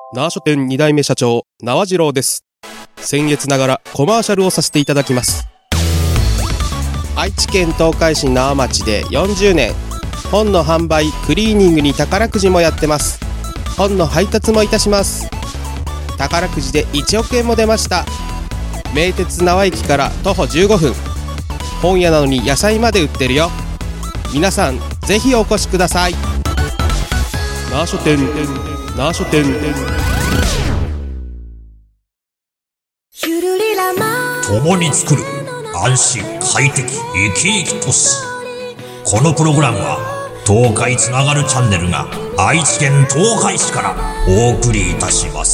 縄書店2代目社長縄次郎です。先月ながらコマーシャルをさせていただきます。愛知県東海市縄町で40年、本の販売クリーニングに宝くじもやってます。本の配達もいたします。宝くじで1億円も出ました。名鉄縄駅から徒歩15分、本屋なのに野菜まで売ってるよ。皆さんぜひお越しください。縄書店、縄書店。 共に作る安心快適生き生き都市。このプログラムは東海つながるチャンネルが愛知県東海市からお送りいたします。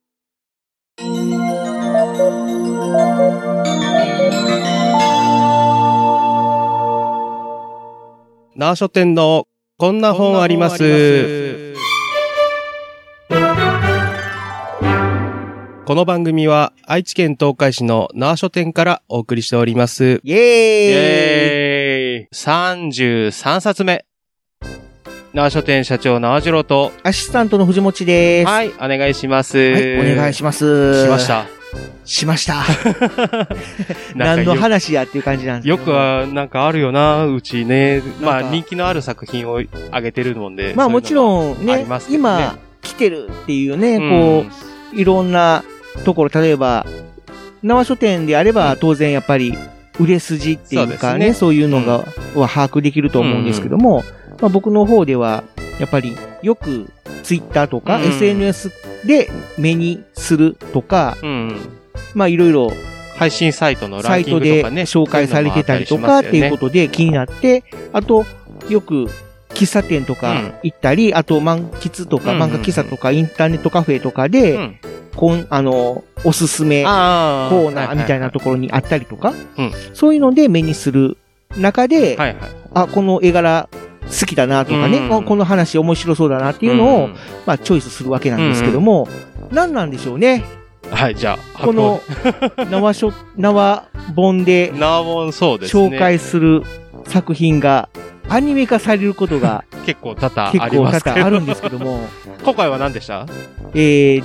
縄書店のこんな本あります。この番組は愛知県東海市の縄書店からお送りしております。 イエーイ 33冊目。縄書店社長縄次郎とアシスタントの藤持です。 はい、お願いします。 はい、お願いします。 しました。 しました。何の話やっていう感じなんですけど。 よくはなんかあるよな、うちね。まあ人気のある作品をあげてるもんで。 まあもちろんね、今来てるっていうね、こう、いろんなところ、例えば、縄書店であれば当然やっぱり売れ筋っていうかね、そういうのが、は把握できると思うんですけども、まあ僕の方では、やっぱりよくツイッターとか SNS で目にするとか、まあいろいろ配信サイトのランキングとかね、 紹介されてたりとかっていうことで気になって、あとよく喫茶店とか行ったり、あと漫喫とか漫画喫茶とかインターネットカフェとかで、おすすめコーナーみたいなところにあったりとか、そういうので目にする中で、あ、この絵柄好きだなとかね、この話面白そうだなっていうのを、まあチョイスするわけなんですけども、何なんでしょうね。 はい、じゃあ、 この縄本で紹介する作品がアニメ化されることが結構多々ありますけど。 あるんですけども。 今回は何でした？ 第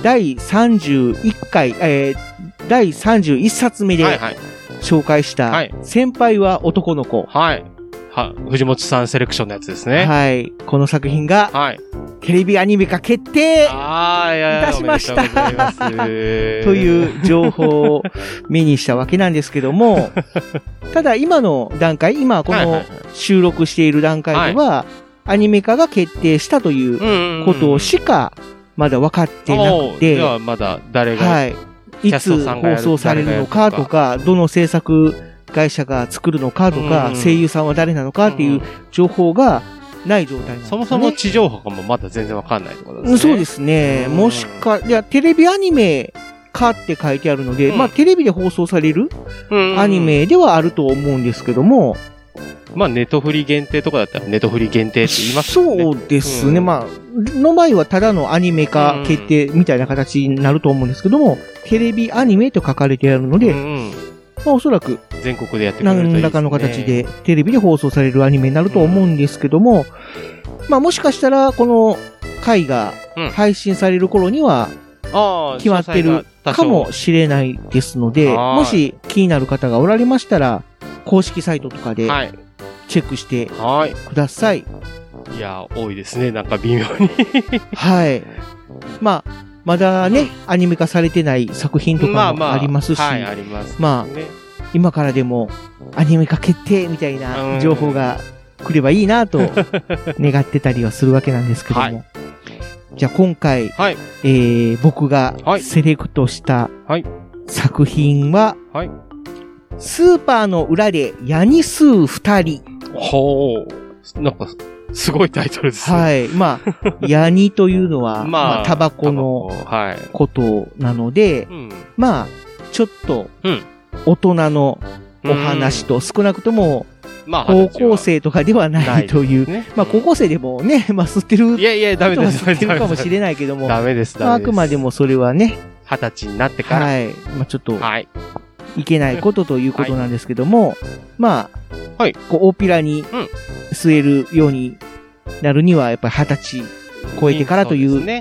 31回、第31冊目で紹介した先輩は男の子。 はい。藤本さんセレクションのやつですね。 はい。この作品が、テレビアニメ化決定いたしましたという情報を目にしたわけなんですけども、ただ今の段階、今この収録している段階では、アニメ化が決定したということしかまだ分かってなくて、 ではまだ誰が、 いつ放送されるのかとか、どの制作会社が作るのかとか、声優さんは誰なのかっていう情報がない状態なんですね。 そもそも地上波かもまだ全然わかんないってことですね。 そうですね。もしか、いや、テレビアニメかって書いてあるので、まあテレビで放送されるアニメではあると思うんですけども、 まあネトフリ限定とかだったらネトフリ限定って言いますよね。 そうですね。まあ、の場合はただのアニメ化決定みたいな形になると思うんですけども、テレビアニメと書かれてあるので、まあおそらく全国でやってくれるといいですね。 何らかの形でテレビで放送されるアニメになると思うんですけども、まあもしかしたらこの回が配信される頃には決まってるかもしれないですので、もし気になる方がおられましたら公式サイトとかでチェックしてください。 いや、多いですね。なんか微妙に。 はい。まあまだね、アニメ化されてない作品とかもありますし、まあ、今からでもアニメ化決定みたいな情報が来ればいいなと願ってたりはするわけなんですけども。じゃあ今回、僕がセレクトした作品は、スーパーの裏でヤニスー二人。 ほう。なんか、すごいタイトルですね。 はい。まあ、ヤニというのは、まあ、タバコのことなので、まあ、ちょっと、大人のお話と、少なくとも、高校生とかではないという、まあ、高校生でもね、まあ、吸ってる。 いや、ダメです。 吸ってるかもしれないけども。 ダメです。 あくまでもそれはね。 20歳になってから。 はい。まあ、ちょっと、いけないことということなんですけども、まあ、こう、大っぴらに吸えるようになるには、やっぱり20歳超えてからという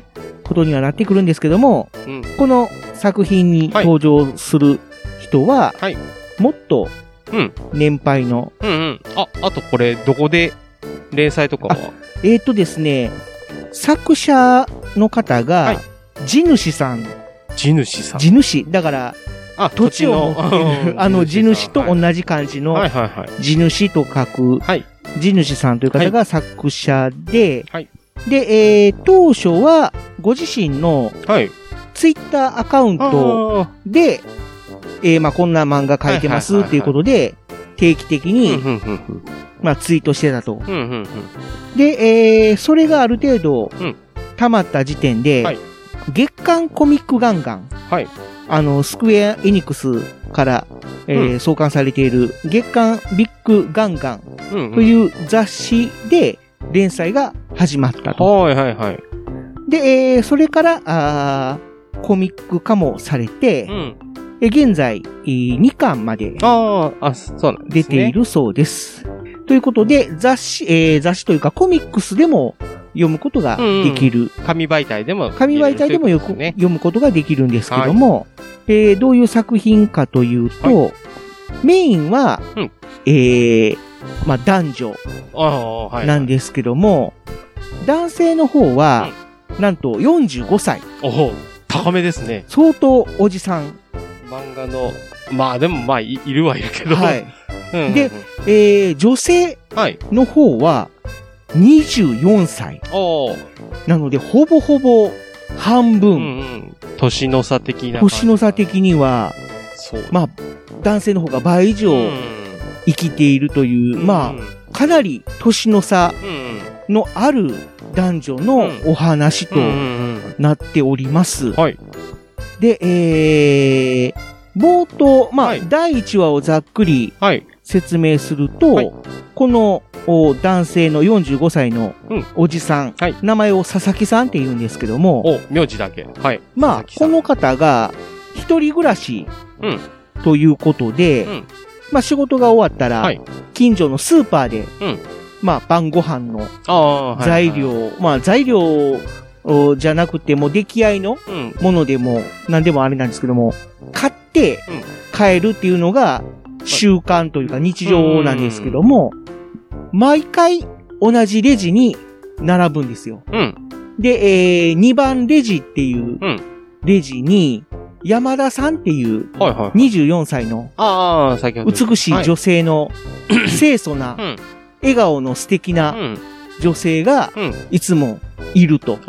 ことにはなってくるんですけども、この作品に登場する人は、もっと、年配の。 あとこれ、どこで連載とかは？ ですね、作者の方が、地主さん。 地主さん。 地主。だから、土地を持ってる、地主と同じ漢字の、地主と書く、地主さんという方が作者で、で、当初は、ご自身の、ツイッターアカウントで、まあ、こんな漫画書いてますっていうことで、定期的に、まあ、ツイートしてたと。で、それがある程度、溜まった時点で、月刊コミックガンガン、スクエアエニックスから、創刊されている月刊ビッグガンガンという雑誌で連載が始まったと。で、それから、コミック化もされて、現在、2巻まで出ているそうです。ということで、雑誌というかコミックスでも読むことができる。 紙媒体でも読むことができるんですけども、どういう作品かというと、メインは、まあ、男女なんですけども、男性の方は、なんと45歳。 高めですね。 相当おじさん。 漫画の、まあでもまあいるはいるけど。 で、女性の方は24歳。なので、ほぼほぼ半分。 年の差的な。 年の差的には、まあ、男性の方が倍以上生きているという、まあ、かなり年の差のある男女のお話となっております。で、冒頭、まあ、第1話をざっくり説明すると、この男性の45歳のおじさん、名前を佐々木さんって言うんですけども、 名字だけ。 まあ、この方が一人暮らしということで、まあ、仕事が終わったら、近所のスーパーで、まあ、晩ご飯の材料、まあ、材料じゃなくても、出来合いのものでも、何でもあれなんですけども、買って帰るっていうのが習慣というか日常なんですけども、毎回同じレジに並ぶんですよ。で、2番レジっていうレジに、山田さんっていう24歳の美しい女性の清楚な笑顔の素敵な女性がいつもいると。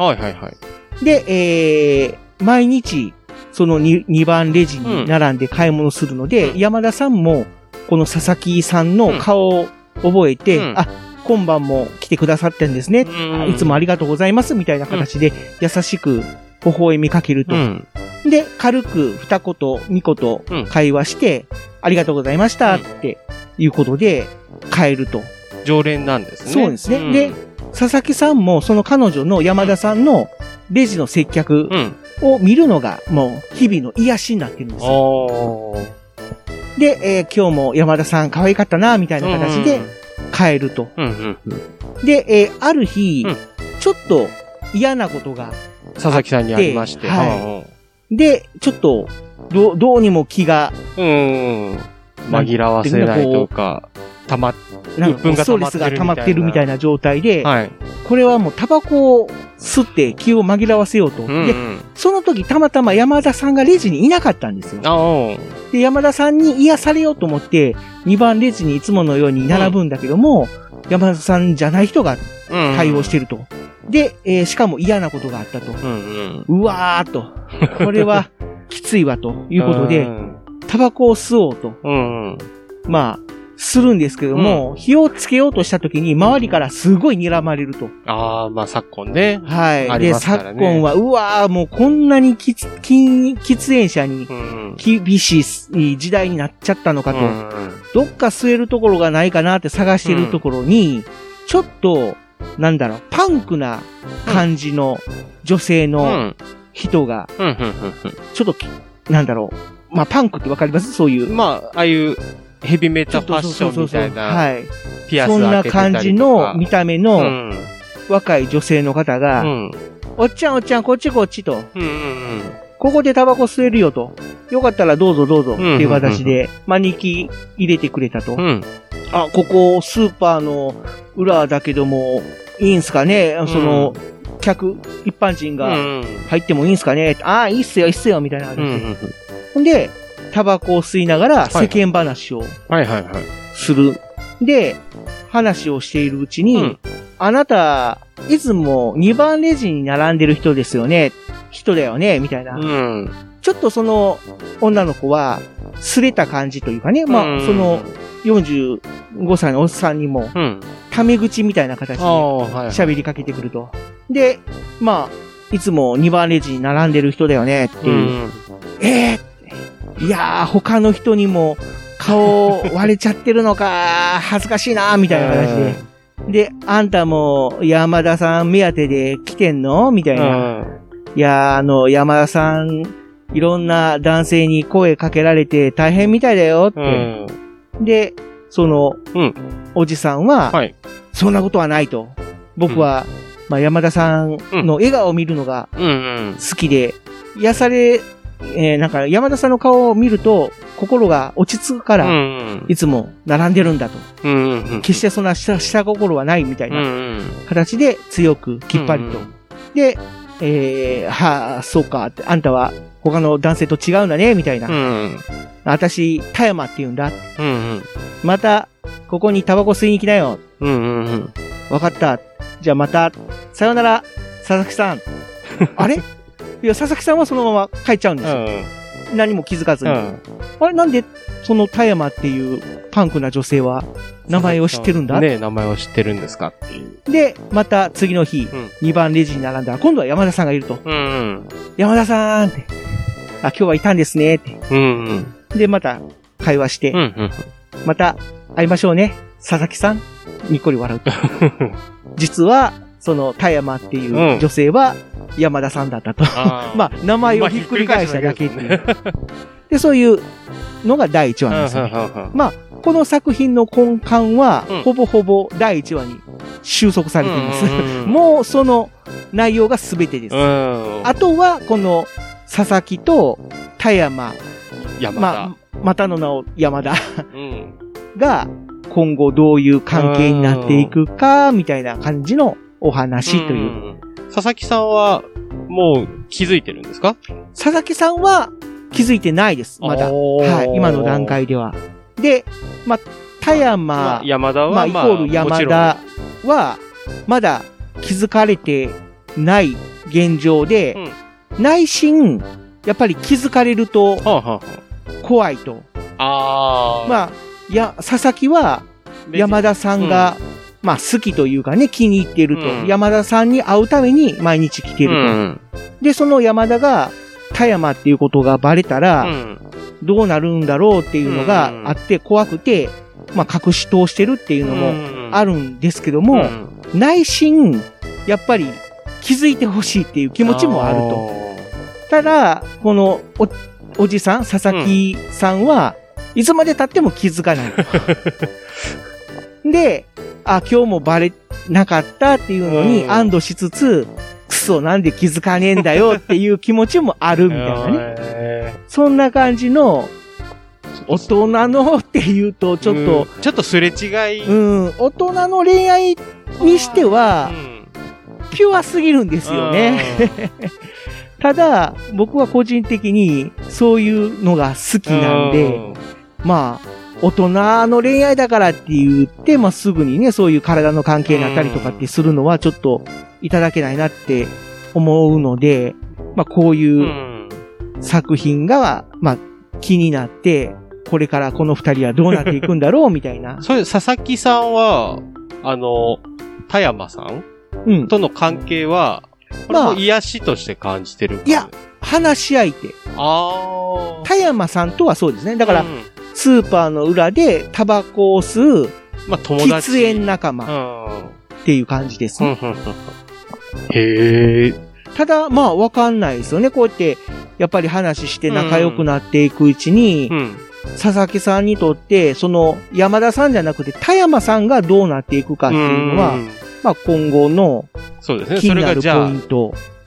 で、毎日その 2番レジに並んで買い物するので、山田さんもこの佐々木さんの顔を覚えて、あ、今晩も来てくださってんですね。いつもありがとうございますみたいな形で優しく微笑みかけると。で、軽く二言、三言会話して、ありがとうございましたっていうことで帰ると。 常連なんですね。 そうですね。で、佐々木さんもその彼女の山田さんのレジの接客を見るのがもう日々の癒しになってるんですよ。で、今日も山田さん可愛かったなみたいな形で帰ると。で、ある日、ちょっと嫌なことが佐々木さんにありまして。 で、ちょっと、どうにも気が、 紛らわせないとか、 ストレスが溜まってるみたいな状態で、これはもうタバコを吸って気を紛らわせようと。で、その時たまたま山田さんがレジにいなかったんですよ。で、山田さんに癒されようと思って、2番レジにいつものように並ぶんだけども、山田さんじゃない人が対応してると。で、しかも嫌なことがあったと。うわーと。これはきついわということで、タバコを吸おうと。まあ、するんですけども、火をつけようとした時に周りからすごい睨まれると。 昨今ね。 で、昨今は、うわーもうこんなに喫煙者に厳しい時代になっちゃったのかと。どっか吸えるところがないかなって探してるところに、ちょっと、なんだろう、パンクな感じの女性の人が、ちょっと、なんだろう、まあ、パンクってわかります？そういう。 まあ、ああいうヘビメタファッションみたいな、ピアスそんな感じの見た目の若い女性の方が、 おっちゃん、こっちと。 うんうんうん。 ここでタバコ吸えるよと。よかったらどうぞっていう形で、招き入れてくれたと。 うん。 あ、ここ、スーパーの裏だけども、いいんすかね、その、一般人が入ってもいいんすかね、ああ、いいっすよ、みたいな話で。ほんで、タバコを吸いながら世間話をする。で、話をしているうちに、あなた、いつも2番レジに並んでる人ですよね。人だよね、みたいな。ちょっとその女の子は、すれた感じというかね、まあ、その45歳のおっさんにも、タメ口みたいな形で喋りかけてくると。で、まあ、いつも2番レジに並んでる人だよね、っていう。いやー、他の人にも顔割れちゃってるのか、恥ずかしいなー、みたいな話で。で、あんたも山田さん目当てで来てんのみたいな。いやー、山田さん、いろんな男性に声かけられて大変みたいだよって。で、その、おじさんは、そんなことはないと。僕は、まあ、山田さんの笑顔を見るのが好きで、癒され、なんか山田さんの顔を見ると心が落ち着くから、いつも並んでるんだと。決してそんな下心はないみたいな形で強くきっぱりと。で、そうかって、あんたは他の男性と違うんだね、みたいな。私、田山って言うんだ。また、ここにタバコ吸いに来なよ。わかった。じゃあまた、さよなら、佐々木さん。あれいや、佐々木さんはそのまま帰っちゃうんですよ。何も気づかずに。あれなんで、その田山っていうパンクな女性は、名前を知ってるんだね、名前を知ってるんですかっていう。 で、また次の日、2番レジに並んだら、今度は山田さんがいると。山田さんって。あ、今日はいたんですねって。で、また会話して、また会いましょうね。佐々木さん。にっこり笑うと。実は、その田山っていう女性は山田さんだったと。まあ、名前をひっくり返しただけっていう。で、そういうのが第1話なんですよね。まあ、この作品の根幹は、ほぼほぼ第1話に収束されています。もうその内容が全てです。あとは、この佐々木と田山、まあ、またの名を山田が今後どういう関係になっていくか、みたいな感じのお話という。 佐々木さんはもう気づいてるんですか？ 佐々木さんは気づいてないです。まだ。はい。今の段階では。で、まあ、田山、 山田は、 まあ、イコール山田は、まだ気づかれてない現状で、内心、やっぱり気づかれると、怖いと。まあ、佐々木は、山田さんが、まあ好きというかね、気に入っていると。山田さんに会うために毎日来てると。で、その山田が田山っていうことがバレたら、どうなるんだろうっていうのがあって怖くて、まあ隠し通してるっていうのもあるんですけども、内心、やっぱり気づいてほしいっていう気持ちもあると。ただ、このおじさん、佐々木さんは、いつまで経っても気づかない。で、今日もバレなかったっていうのに安堵しつつ、クソなんで気づかねえんだよっていう気持ちもあるみたいなね。そんな感じの、大人のっていうとちょっとすれ違い。 大人の恋愛にしては、ピュアすぎるんですよね。ただ、僕は個人的にそういうのが好きなんで、まあ、大人の恋愛だからって言って、まあ、すぐにね、そういう体の関係になったりとかってするのはちょっといただけないなって思うので、まあ、こういう作品が、まあ、気になって、これからこの二人はどうなっていくんだろうみたいな。 そういう、佐々木さんは、田山さんとの関係は、まあ、癒しとして感じてるか、 いや、話し相手。田山さんとはそうですね。だから、スーパーの裏でタバコを吸う、まあ、友達。喫煙仲間っていう感じですね。 へー。 ただ、まあ、わかんないですよね。こうやって、やっぱり話して仲良くなっていくうちに、佐々木さんにとって、その、山田さんじゃなくて、田山さんがどうなっていくかっていうのは、まあ、今後の、気になるポイント。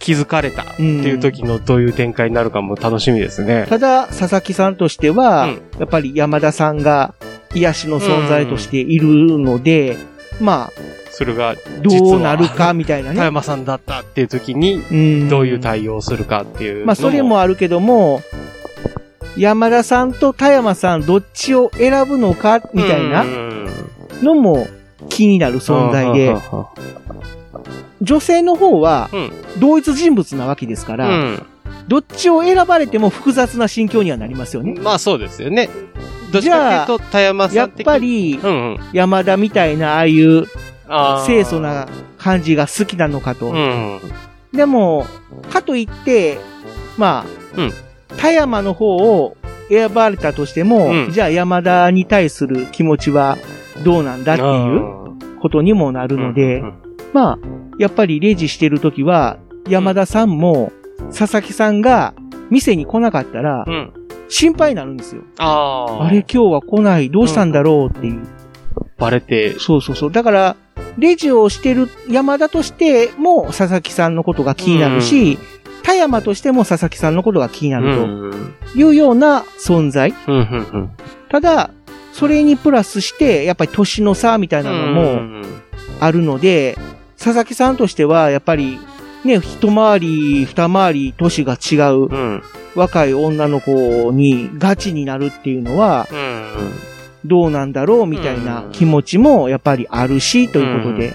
気づかれたっていう時のどういう展開になるかも楽しみですね。 ただ、佐々木さんとしては、やっぱり山田さんが癒しの存在としているので、まあ、 それがどうなるかみたいなね。 田山さんだったっていう時に、どういう対応をするかっていう。 まあ、それもあるけども、山田さんと田山さんどっちを選ぶのかみたいなのも気になる存在で、女性の方は同一人物なわけですから、どっちを選ばれても複雑な心境にはなりますよね。 まあそうですよね。どっちかというと田山さんやっぱり、山田みたいなああいう清楚な感じが好きなのかと。でも、かといって、まあ、田山の方を選ばれたとしても、じゃあ山田に対する気持ちはどうなんだっていうことにもなるので、まあ、やっぱりレジしてるときは、山田さんも佐々木さんが店に来なかったら、心配になるんですよ。あれ今日は来ない、どうしたんだろうっていう。 バレて。 そうそうそう。だから、レジをしてる山田としても佐々木さんのことが気になるし、田山としても佐々木さんのことが気になるというような存在。ただ、それにプラスして、やっぱり年の差みたいなのもあるので、佐々木さんとしては、やっぱり、ね、一回り、二回り、年が違う、若い女の子にガチになるっていうのは、どうなんだろうみたいな気持ちもやっぱりあるし、ということで。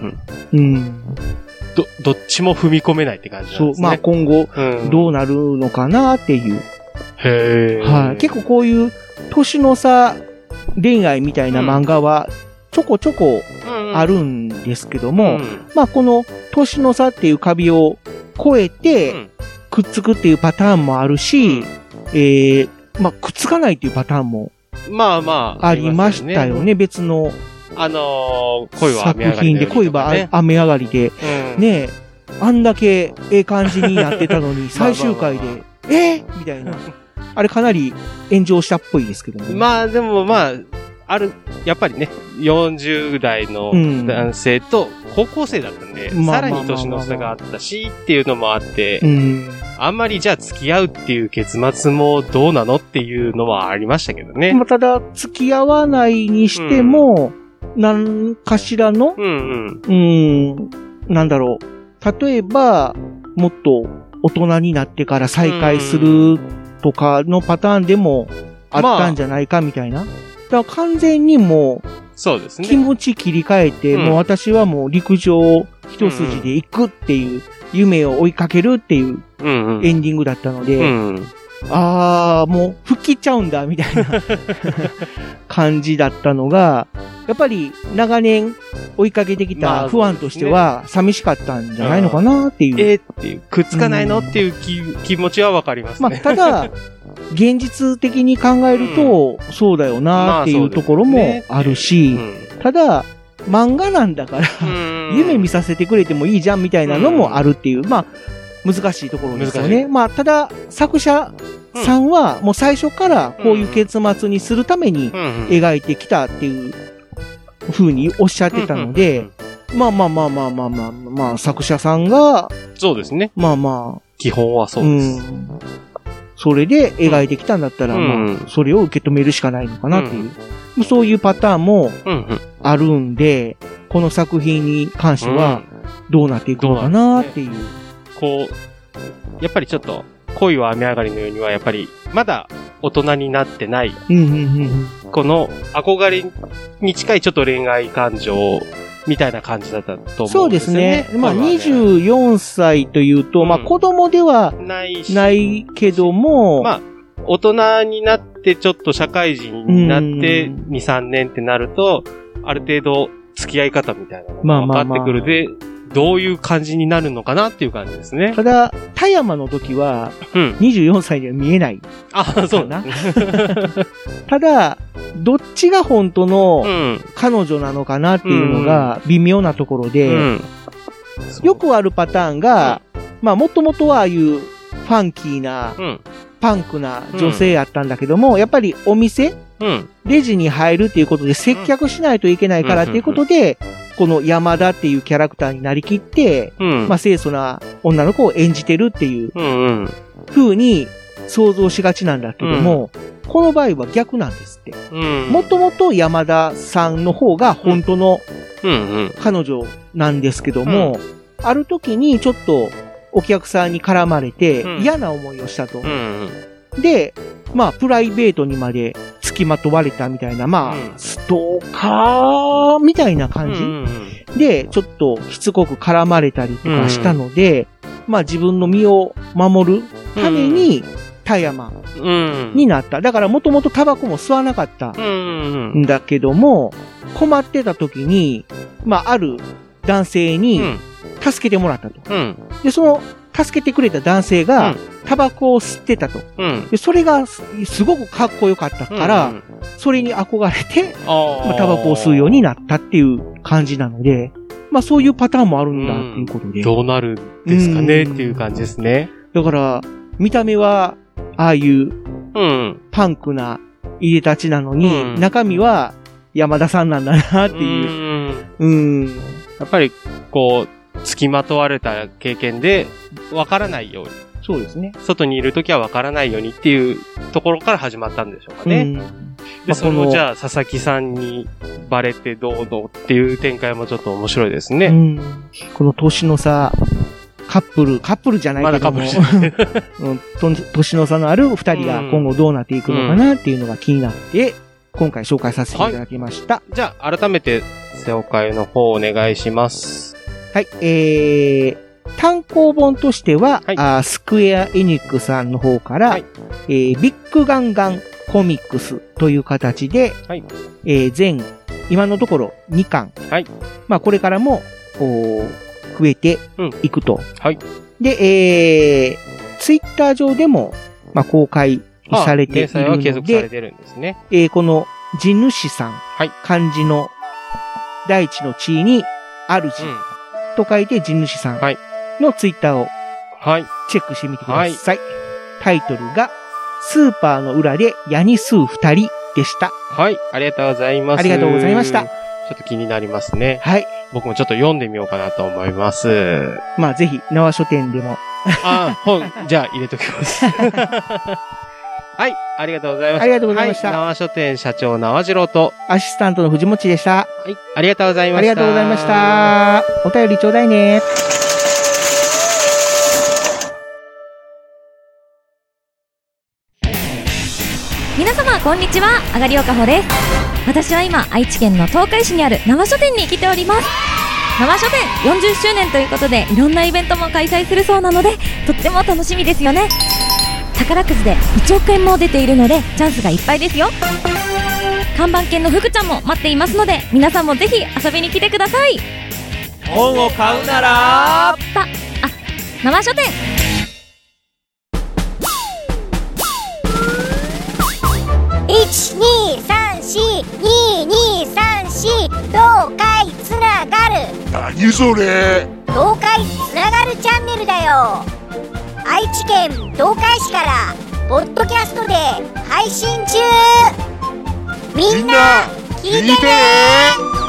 どっちも踏み込めないって感じなんですね。 そう、まあ今後、どうなるのかなっていう。はい。結構こういう年の差恋愛みたいな漫画はちょこちょこあるんですけども、まあこの年の差っていう壁を越えてくっつくっていうパターンもあるし、まあくっつかないっていうパターンもありましたよね、別の。 恋は雨上がりで。作品で恋は雨上がりで、ねえ、あんだけ感じになってたのに、最終回で、みたいな。あれかなり炎上したっぽいですけどね。 まあでもまあ、やっぱりね、40代の男性と高校生だったんで、さらに年の差があったしっていうのもあって、あんまりじゃあ付き合うっていう結末もどうなのっていうのはありましたけどね。 ただ、付き合わないにしても、何かしらの、なんだろう。例えば、もっと大人になってから再会するとかのパターンでもあったんじゃないかみたいな。だから完全にもう、 そうですね。 気持ち切り替えて、もう私はもう陸上一筋で行くっていう、夢を追いかけるっていうエンディングだったので、もう吹っ切っちゃうんだみたいな感じだったのが、やっぱり長年追いかけてきたファンとしては寂しかったんじゃないのかなっていう。 っていう、くっつかないのっていう気持ちはわかりますね。 ただ、現実的に考えると、そうだよなっていうところもあるし、ただ、漫画なんだから、夢見させてくれてもいいじゃんみたいなのもあるっていう、難しいところですよね。ただ、作者さんはもう最初からこういう結末にするために描いてきたっていう風におっしゃってたので、作者さんが、 そうですね。基本はそうです。 それで描いてきたんだったら、それを受け止めるしかないのかなっていう。そういうパターンもあるんで、この作品に関してはどうなっていくのかなっていう。 やっぱりちょっと、恋は雨上がりのようには、やっぱり、まだ大人になってない、この憧れに近いちょっと恋愛感情みたいな感じだったと思うんですよね。 そうですね。24歳というと、子供ではないけども、 大人になってちょっと社会人になって2、3年ってなると、ある程度付き合い方みたいなのが分かってくるで、どういう感じになるのかなっていう感じですね。 ただ、田山の時は、24歳では見えない。 そうな。 ただ、どっちが本当の彼女なのかなっていうのが微妙なところで、よくあるパターンが、もともとはああいうファンキーな、パンクな女性やったんだけども、やっぱりお店、レジに入るっていうことで接客しないといけないからっていうことで、 この山田っていうキャラクターになりきって、清楚な女の子を演じてるっていう風に想像しがちなんだけども、この場合は逆なんですって。もともと山田さんの方が本当の彼女なんですけども、ある時にちょっとお客さんに絡まれて嫌な思いをしたと。で、プライベートにまで付きまとわれたみたいな、ストーカーみたいな感じで、ちょっとしつこく絡まれたりとかしたので、自分の身を守るために、田山になった。だからもともとタバコも吸わなかったんだけども、困ってた時に、ある男性に助けてもらったと。で、その助けてくれた男性がタバコを吸ってたと。で、それがすごくかっこよかったから、それに憧れて、タバコを吸うようになったっていう感じなので、そういうパターンもあるんだっていうことで。 どうなるんですかねっていう感じですね。 だから、見た目は、ああいう、パンクな入れたちなのに、中身は山田さんなんだなっていう。 やっぱり、付きまとわれた経験で、わからないように。 そうですね。 外にいるときはわからないようにっていうところから始まったんでしょうかね。で、その、じゃあ、佐々木さんにバレてどうのっていう展開もちょっと面白いですね。 この年の差、カップルじゃないけども、まだカップル年の差のある二人が今後どうなっていくのかなっていうのが気になって、今回紹介させていただきました。 じゃあ、改めて、紹介の方お願いします。 はい、単行本としては、スクエア・エニックさんの方から、ビッグガンガンコミックスという形で、全、今のところ2巻。これからも、増えていくと。で、ツイッター上でも、公開されているので、 継続されてるんですね。 この地主さん、漢字の大地の地に主と書いて地主さんのツイッターをチェックしてみてください。タイトルが、スーパーの裏でヤニ吸う二人でした。 ありがとうございます。 ありがとうございました。 ちょっと気になりますね。僕もちょっと読んでみようかなと思います。 ぜひ、縄書店でも。 本、じゃあ入れときます。ありがとうございました。 ありがとうございました。 縄書店社長縄次郎と、 アシスタントの藤持でした。 ありがとうございました。 ありがとうございました。お便りちょうだいね。 皆様こんにちは、あがりおかほです。私は今愛知県の東海市にある縄書店に来ております。縄書店40周年ということでいろんなイベントも開催するそうなのでとっても楽しみですよね。宝くじで1億円も出ているのでチャンスがいっぱいですよ。看板犬の福ちゃんも待っていますので皆さんもぜひ遊びに来てください。 本を買うなら縄書店。 1234223東海つながる。 何それ？ 東海つながるチャンネルだよ。愛知県東海市からポッドキャストで配信中。みんな聞いてね。